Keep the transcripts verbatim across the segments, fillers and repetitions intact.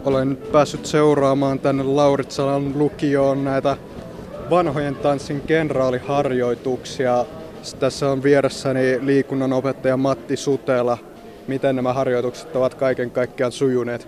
Olen päässyt seuraamaan tänne Lauritsalan lukioon näitä vanhojen tanssin kenraaliharjoituksia. Tässä on vieressäni liikunnanopettaja Matti Sutela. Miten nämä harjoitukset ovat kaiken kaikkiaan sujuneet?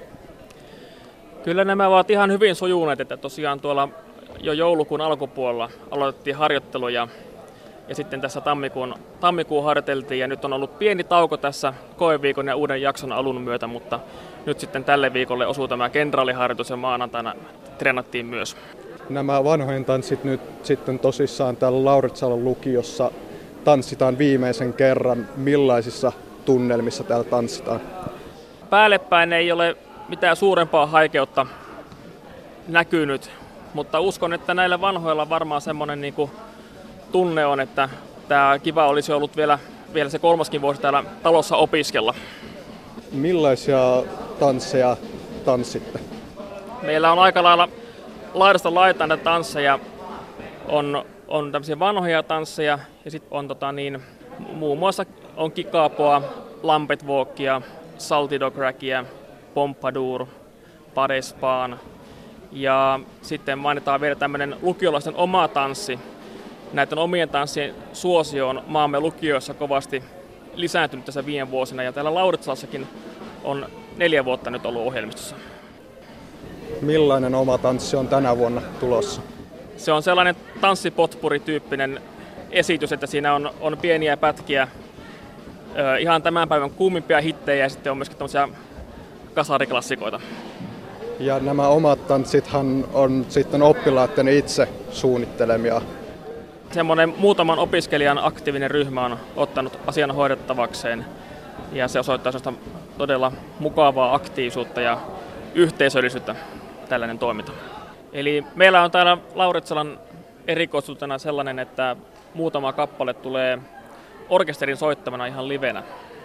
Kyllä nämä ovat ihan hyvin sujuneet, että tosiaan tuolla jo joulukuun alkupuolella aloitettiin harjoitteluja ja sitten tässä tammikuun, tammikuun harjoiteltiin ja nyt on ollut pieni tauko tässä koeviikon ja uuden jakson alun myötä, mutta nyt sitten tälle viikolle osuu tämä kenraaliharjoitus ja maanantaina treenattiin myös. Nämä vanhojen tanssit nyt sitten tosissaan täällä Lauritsalan lukiossa tanssitaan viimeisen kerran. Millaisissa tunnelmissa täällä tanssitaan? Päällepäin ei ole mitään suurempaa haikeutta näkynyt, mutta uskon, että näillä vanhoilla varmaan semmoinen niin kuin tunne on, että tämä kiva olisi ollut vielä, vielä se kolmaskin vuosi täällä talossa opiskella. Millaisia tansseja tanssitte? Meillä on aika lailla laidasta laitaan näitä tansseja. On, on tämmöisiä vanhoja tansseja ja sitten on tota niin, muun muassa on kikapoa, lampet walkia, saltidokragia, pompadour, padespaan ja sitten mainitaan vielä tämmöinen lukiolaisten oma tanssi. Näiden omien tanssien suosio on maamme lukioissa kovasti lisääntynyt tässä viime vuosina ja täällä Lauritsalassakin on neljä vuotta nyt ollut ohjelmistossa. Millainen oma tanssi on tänä vuonna tulossa? Se on sellainen tanssipotpuri-tyyppinen esitys, että siinä on, on pieniä pätkiä, ö, ihan tämän päivän kuumimpia hittejä ja sitten on myöskin tämmöisiä kasariklassikoita. Ja nämä omat tanssithan on sitten oppilaiden itse suunnittelemia. Semmoinen muutaman opiskelijan aktiivinen ryhmä on ottanut asian hoidettavakseen ja se osoittaa sellaista todella mukavaa aktiivisuutta ja yhteisöllisyyttä tällainen toiminta. Eli meillä on täällä Lauritsalan erikoisuutena sellainen, että muutama kappale tulee orkesterin soittamana ihan livenä.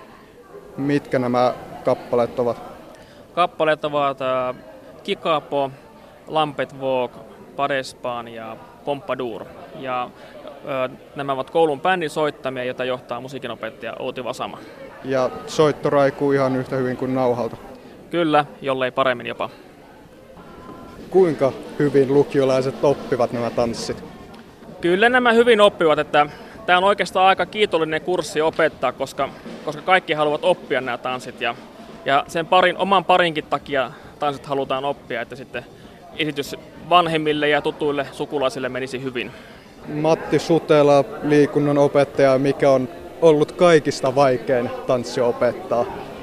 Mitkä nämä kappaleet ovat? Kappaleet ovat äh, Kikapo, Lampet Walk, Padespaan ja Pompadour. Ja äh, nämä ovat koulun bändin soittamia, jota johtaa musiikinopettaja Outi Vasama. Ja soitto raikuu ihan yhtä hyvin kuin nauhalta? Kyllä, jollei paremmin jopa. Kuinka hyvin lukiolaiset oppivat nämä tanssit? Kyllä nämä hyvin oppivat, että tämä on oikeastaan aika kiitollinen kurssi opettaa, koska, koska kaikki haluavat oppia nämä tanssit ja, ja sen parin, oman parinkin takia tanssit halutaan oppia, että sitten esitys vanhemmille ja tutuille sukulaisille menisi hyvin. Matti Sutela, liikunnan opettaja, mikä on ollut kaikista vaikein tanssi opettaa?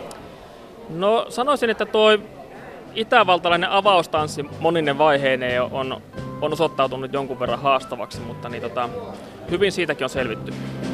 No sanoisin, että tuo itävaltalainen avaustanssi monine vaiheineen on, on osoittautunut jonkun verran haastavaksi, mutta niin tota, hyvin siitäkin on selvitty.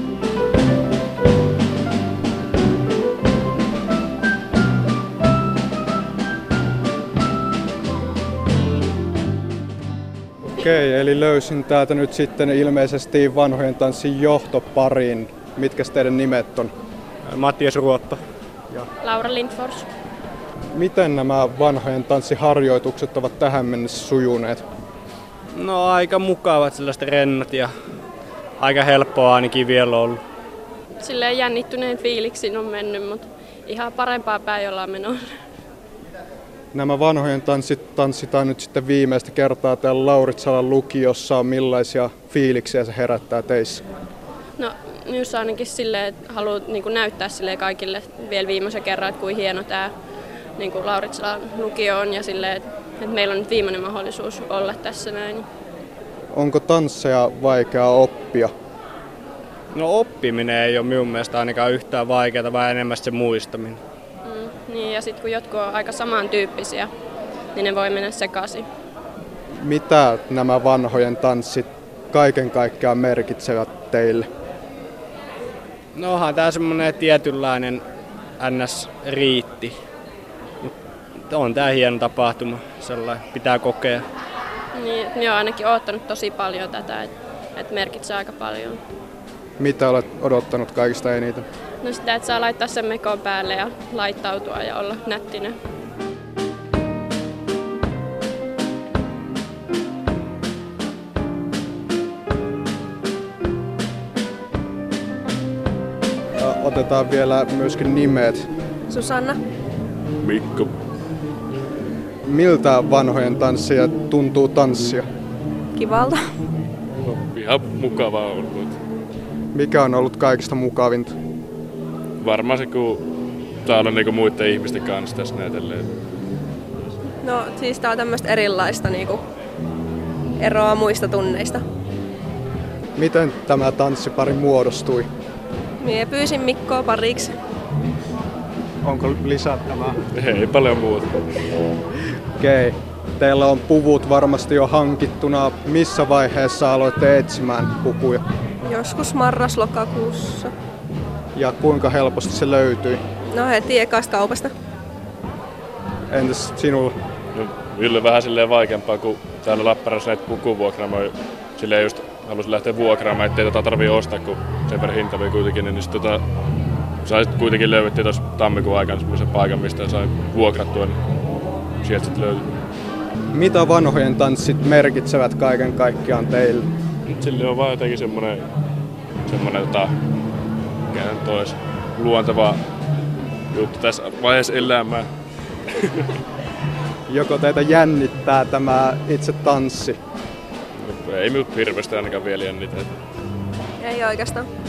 Okei, eli löysin täältä nyt sitten ilmeisesti vanhojen tanssin johtoparin. Mitkä teidän nimet on? Mattias Ruotta. Ja Laura Lindfors. miten nämä vanhojen tanssiharjoitukset ovat tähän mennessä sujuneet? No aika mukavat, sellaiset rennot ja aika helppoa ainakin vielä ollut. Silleen jännittyneen fiiliksin on mennyt, mutta ihan parempaa päin ollaan menossa. Nämä vanhojen tanssit tanssitaan nyt sitten viimeistä kertaa täällä Lauritsalan lukiossa. Millaisia fiiliksiä se herättää teissä? No minussa ainakin silleen, että haluan niin kuin näyttää silleen kaikille vielä viimeisen kerran, että kuinka hieno tämä niin kuin Lauritsalan lukio on ja silleen, että, että meillä on nyt viimeinen mahdollisuus olla tässä näin. Onko tansseja vaikea oppia? No oppiminen ei ole minun mielestä ainakaan yhtään vaikeaa, vaan enemmän se muistaminen. Mm, niin ja sitten kun jotkut on aika samantyyppisiä, niin ne voi mennä sekaisin. Mitä nämä vanhojen tanssit kaiken kaikkiaan merkitsevät teille? No onhan tää semmonen tietynlainen N S-riitti. On tää hieno tapahtuma, sellainen pitää kokea. Niin, minä olen ainakin odottanut tosi paljon tätä, että et merkitsee aika paljon. Mitä olet odottanut kaikista eniten? No sitä, että saa laittaa sen mekon päälle ja laittautua ja olla nättinen. Otetaan vielä myöskin nimet. Susanna. Mikko. Miltä vanhojen tanssia tuntuu tanssia? Kivalta. No, ihan mukavaa ollut. Mikä on ollut kaikista mukavinta? Varmaan se, kun saa olla niinku muiden ihmisten kanssa tässä näytelleen. No siis tää on tämmöistä erilaista niinku eroa muista tunneista. Miten tämä tanssipari muodostui? Mie pyysin Mikkoa pariksi. Onko lisättävää? Ei paljon muuta. Okei. Okay. Teillä on puvut varmasti jo hankittuna. Missä vaiheessa aloitte etsimään pukuja? Joskus marras-lokakuussa. Ja kuinka helposti se löytyi? No heti ekasta kaupasta. Entäs sinulla? No, Ville vähän silleen vaikeampaa, kun täällä Lappeenrannassa näitä pukuvuokraamoja silleen just halusin lähteä vuokraamaan, ettei tota tarvii ostaa, kun sen verran hinta oli kuitenkin, niin sit tota sai kuitenkin löydettiin tuossa tammikuun aikana semmoisen paikan, mistä sain vuokrattua, niin sieltä sitten löytyi. Mitä vanhojen tanssit merkitsevät kaiken kaikkiaan teille? Sille on vaan jotenkin semmoinen, semmoinen tota, mikä nyt olisi luonteva juttu tässä vaiheessa elämää. Joko teitä jännittää tämä itse tanssi? Ei minut hirveästi ainakaan vielä jännitä. Ei oikeastaan.